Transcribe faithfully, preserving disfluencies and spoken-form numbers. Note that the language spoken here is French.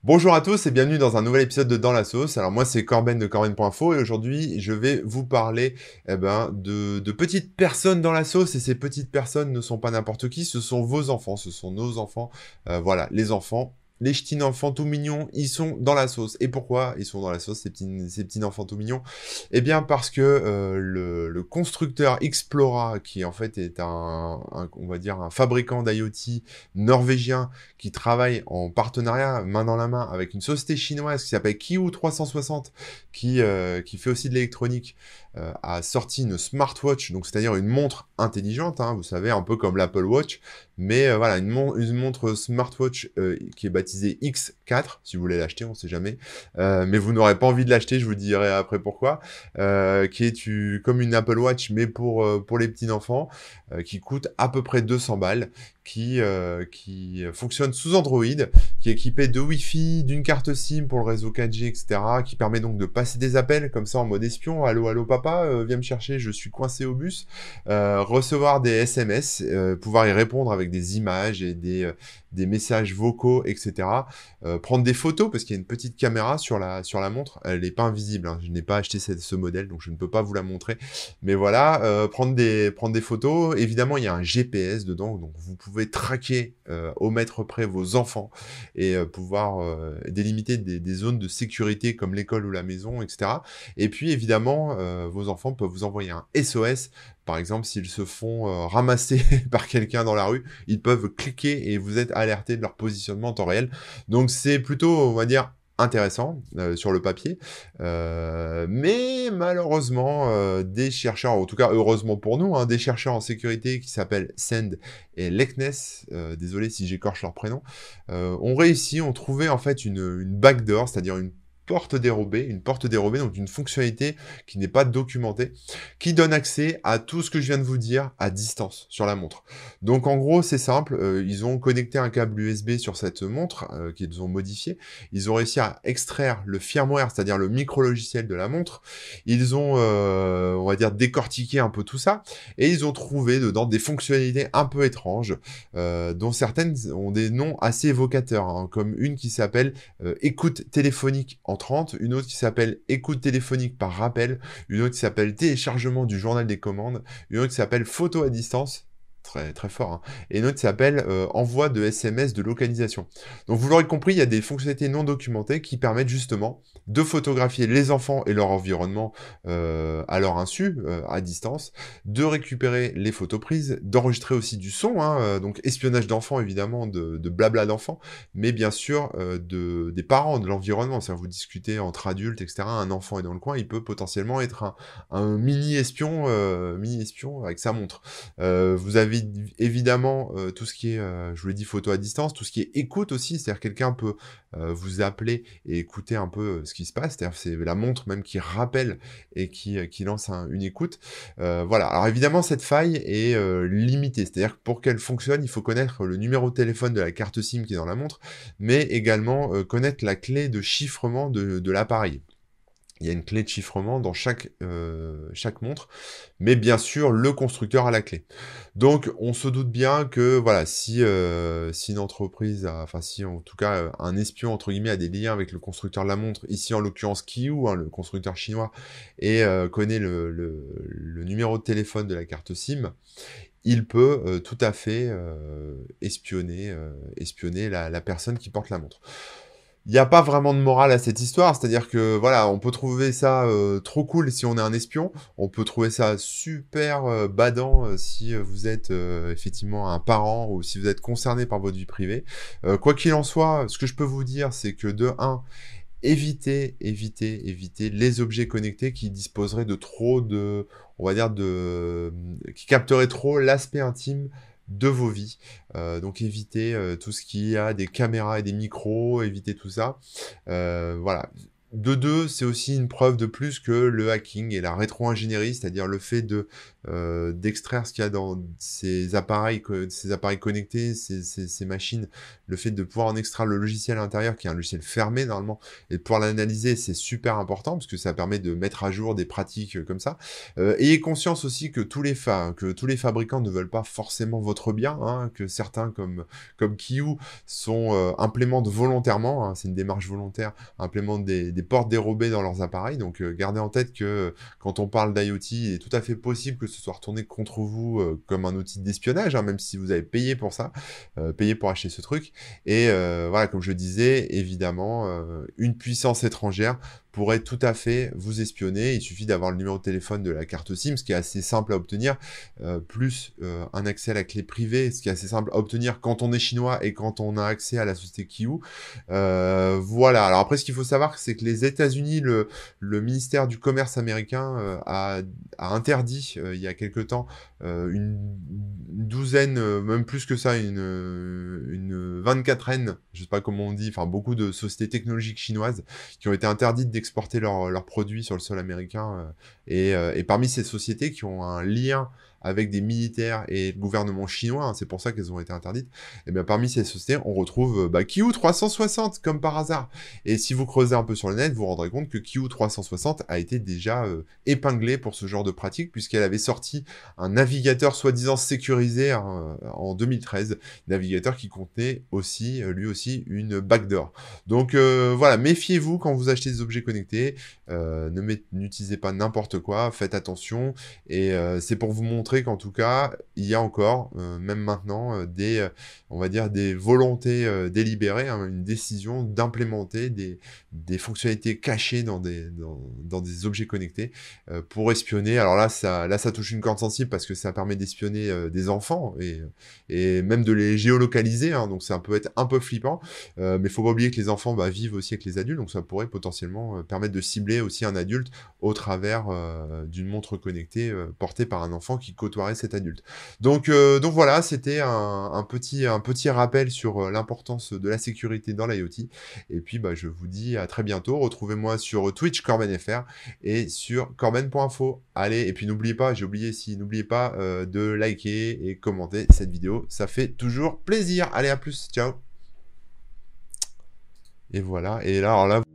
Bonjour à tous et bienvenue dans un nouvel épisode de Dans la sauce. Alors moi c'est Corben de corben point info et aujourd'hui je vais vous parler eh ben, de, de petites personnes dans la sauce et ces petites personnes ne sont pas n'importe qui, ce sont vos enfants, ce sont nos enfants. Euh, voilà, les enfants, les ch'tis enfants tout mignons, ils sont dans la sauce. Et pourquoi ils sont dans la sauce ces petits, ces petits enfants tout mignons? Eh bien parce que euh, le, le constructeur Xplora, qui en fait est un, un on va dire un fabricant d'IoT norvégien, qui travaille en partenariat main dans la main avec une société chinoise qui s'appelle Kiu trois cent soixante, qui, euh, qui fait aussi de l'électronique, euh, a sorti une smartwatch, donc c'est-à-dire une montre intelligente, hein, vous savez, un peu comme l'Apple Watch, mais euh, voilà, une, mon une montre smartwatch euh, qui est baptisée X quatre, si vous voulez l'acheter, on sait jamais, euh, mais vous n'aurez pas envie de l'acheter, je vous dirai après pourquoi, euh, qui est tu, comme une Apple Watch, mais pour, euh, pour les petits-enfants, euh, qui coûte à peu près deux cents balles, qui, euh, qui fonctionne sous Android, qui est équipé de Wi-Fi, d'une carte SIM pour le réseau quatre G, et cetera, qui permet donc de passer des appels comme ça en mode espion. Allô, allô papa, euh, viens me chercher, je suis coincé au bus. Euh, recevoir des S M S, euh, pouvoir y répondre avec des images et des, euh, des messages vocaux, et cetera. Euh, prendre des photos, parce qu'il y a une petite caméra sur la, sur la montre, elle n'est pas invisible, hein. Je n'ai pas acheté ce, ce modèle, donc je ne peux pas vous la montrer. Mais voilà, euh, prendre, des, prendre des photos. Évidemment, il y a un G P S dedans, donc vous pouvez traquer euh, au mètre près vos enfants et euh, pouvoir euh, délimiter des, des zones de sécurité comme l'école ou la maison, et cetera. Et puis, évidemment, euh, vos enfants peuvent vous envoyer un S O S. Par exemple, s'ils se font euh, ramasser par quelqu'un dans la rue, ils peuvent cliquer et vous êtes alerté de leur positionnement en temps réel. Donc, c'est plutôt, on va dire, intéressant euh, sur le papier, euh, mais malheureusement euh, des chercheurs, en tout cas heureusement pour nous, hein, des chercheurs en sécurité qui s'appellent Send et Leknes, euh, désolé si j'écorche leur prénom, euh, ont réussi, ont trouvé en fait une, une backdoor, c'est-à-dire une porte dérobée, une porte dérobée, donc une fonctionnalité qui n'est pas documentée, qui donne accès à tout ce que je viens de vous dire à distance sur la montre. Donc en gros c'est simple, euh, ils ont connecté un câble U S B sur cette montre euh, qu'ils ont modifié. Ils ont réussi à extraire le firmware, c'est-à-dire le micro-logiciel de la montre. Ils ont, euh, on va dire, décortiqué un peu tout ça. Et ils ont trouvé dedans des fonctionnalités un peu étranges, euh, dont certaines ont des noms assez évocateurs, hein, comme une qui s'appelle euh, écoute téléphonique en trente, une autre qui s'appelle écoute téléphonique par rappel, une autre qui s'appelle téléchargement du journal des commandes, une autre qui s'appelle photo à distance, très très fort, hein, et une autre qui s'appelle euh, envoi de S M S de localisation. Donc vous l'aurez compris, il y a des fonctionnalités non documentées qui permettent justement de photographier les enfants et leur environnement euh, à leur insu, euh, à distance, de récupérer les photos prises, d'enregistrer aussi du son, hein, euh, donc espionnage d'enfants évidemment, de, de blabla d'enfants, mais bien sûr euh, de, des parents, de l'environnement, c'est-à-dire vous discutez entre adultes, et cetera. Un enfant est dans le coin, il peut potentiellement être un, un mini-espion, euh, mini-espion avec sa montre. Euh, vous avez évidemment euh, tout ce qui est, euh, je vous l'ai dit, photo à distance, tout ce qui est écoute aussi, c'est-à-dire quelqu'un peut euh, vous appeler et écouter un peu euh, ce qui se passe, c'est-à-dire c'est la montre même qui rappelle et qui, euh, qui lance un, une écoute. Euh, voilà, alors évidemment cette faille est euh, limitée, c'est-à-dire que pour qu'elle fonctionne, il faut connaître le numéro de téléphone de la carte SIM qui est dans la montre, mais également euh, connaître la clé de chiffrement de, de l'appareil. Il y a une clé de chiffrement dans chaque, euh, chaque montre, mais bien sûr, le constructeur a la clé. Donc, on se doute bien que, voilà, si, euh, si une entreprise, a, enfin, si en tout cas, euh, un espion, entre guillemets, a des liens avec le constructeur de la montre, ici en l'occurrence Kiu, hein, le constructeur chinois, et euh, connaît le, le, le numéro de téléphone de la carte SIM, il peut euh, tout à fait euh, espionner, euh, espionner la, la personne qui porte la montre. Il n'y a pas vraiment de morale à cette histoire, c'est-à-dire que voilà, on peut trouver ça euh, trop cool si on est un espion, on peut trouver ça super euh, badant euh, si euh, vous êtes euh, effectivement un parent ou si vous êtes concerné par votre vie privée. Euh, quoi qu'il en soit, ce que je peux vous dire, c'est que de un, évitez, évitez, évitez les objets connectés qui disposeraient de trop de, on va dire de, qui capteraient trop l'aspect intime de vos vies. Euh, donc évitez euh, tout ce qui a des caméras et des micros, évitez tout ça. Euh, voilà. de deux, c'est aussi une preuve de plus que le hacking et la rétro-ingénierie, c'est-à-dire le fait de, heu, d'extraire ce qu'il y a dans ces appareils co ces appareils connectés, ces ces ces machines, le fait de pouvoir en extraire le logiciel à l'intérieur, qui est un logiciel fermé normalement, et de pouvoir l'analyser, c'est super important parce que ça permet de mettre à jour des pratiques, heu, comme ça. Heu, ayez conscience aussi que tous les fa que tous les fabricants ne veulent pas forcément votre bien, hein, que certains comme comme Qihoo sont, heu, implémentent volontairement, hein, c'est une démarche volontaire, implémentent des des portes dérobées dans leurs appareils. Donc, heu, gardez en tête que, heu, quand on parle d'IoT, il est tout à fait possible que ce soit retourné contre vous, heu, comme un outil d'espionnage, hein, même si vous avez payé pour ça, heu, payé pour acheter ce truc. Et heu, voilà, comme je le disais, évidemment, heu, une puissance étrangère pourrait tout à fait vous espionner. Il suffit d'avoir le numéro de téléphone de la carte SIM, ce qui est assez simple à obtenir, heu, plus, heu, un accès à la clé privée, ce qui est assez simple à obtenir quand on est chinois et quand on a accès à la société Qihoo. Heu, voilà. Alors après, ce qu'il faut savoir, c'est que les États-Unis, le le ministère du commerce américain, heu, a a interdit, heu, il y a quelque temps, heu, une une douzaine, heu, même plus que ça, une, heu, une vingt-quatraine, je sais pas comment on dit, enfin beaucoup de sociétés technologiques chinoises qui ont été interdites d'exporter leurs leurs produits sur le sol américain, heu et heu et parmi ces sociétés qui ont un lien avec des militaires et le gouvernement chinois, hein, c'est pour ça qu'elles ont été interdites, et bien parmi ces sociétés, on retrouve, heu, bah, Qihoo trois cent soixante comme par hasard. Et si vous creusez un peu sur le net, vous vous rendrez compte que Qihoo trois cent soixante a été déjà, heu, épinglée pour ce genre de pratique, puisqu'elle avait sorti un navigateur soi-disant sécurisé en en deux mille treize, navigateur qui contenait aussi, heu, lui aussi, une backdoor. Donc heu, voilà, méfiez-vous quand vous achetez des objets connectés, heu, ne met n'utilisez pas n'importe quoi, faites attention. Et heu, c'est pour vous montrer qu'en tout cas, il y a encore, heu, même maintenant, heu, des, heu, on va dire des volontés, heu, délibérées, hein, une décision d'implémenter des des fonctionnalités cachées dans des dans dans des objets connectés, heu, pour espionner. Alors là, ça là, ça touche une corde sensible parce que ça permet d'espionner, heu, des enfants et et même de les géolocaliser, hein, donc ça peut être un peu flippant. Heu, mais faut pas oublier que les enfants, bah, vivent aussi avec les adultes, donc ça pourrait potentiellement, heu, permettre de cibler aussi un adulte au travers, heu, d'une montre connectée, heu, portée par un enfant qui côtoierait cet adulte. Donc heu, donc voilà, c'était un un petit un petit rappel sur, heu, l'importance de la sécurité dans l'IoT. Et puis, bah, je vous dis à très bientôt. Retrouvez-moi sur Twitch CorbenFR et sur corben point info. Allez, et puis n'oubliez pas, j'ai oublié si, n'oubliez pas, heu, de liker et commenter cette vidéo, ça fait toujours plaisir. Allez, à plus, ciao. Et voilà, et là, alors là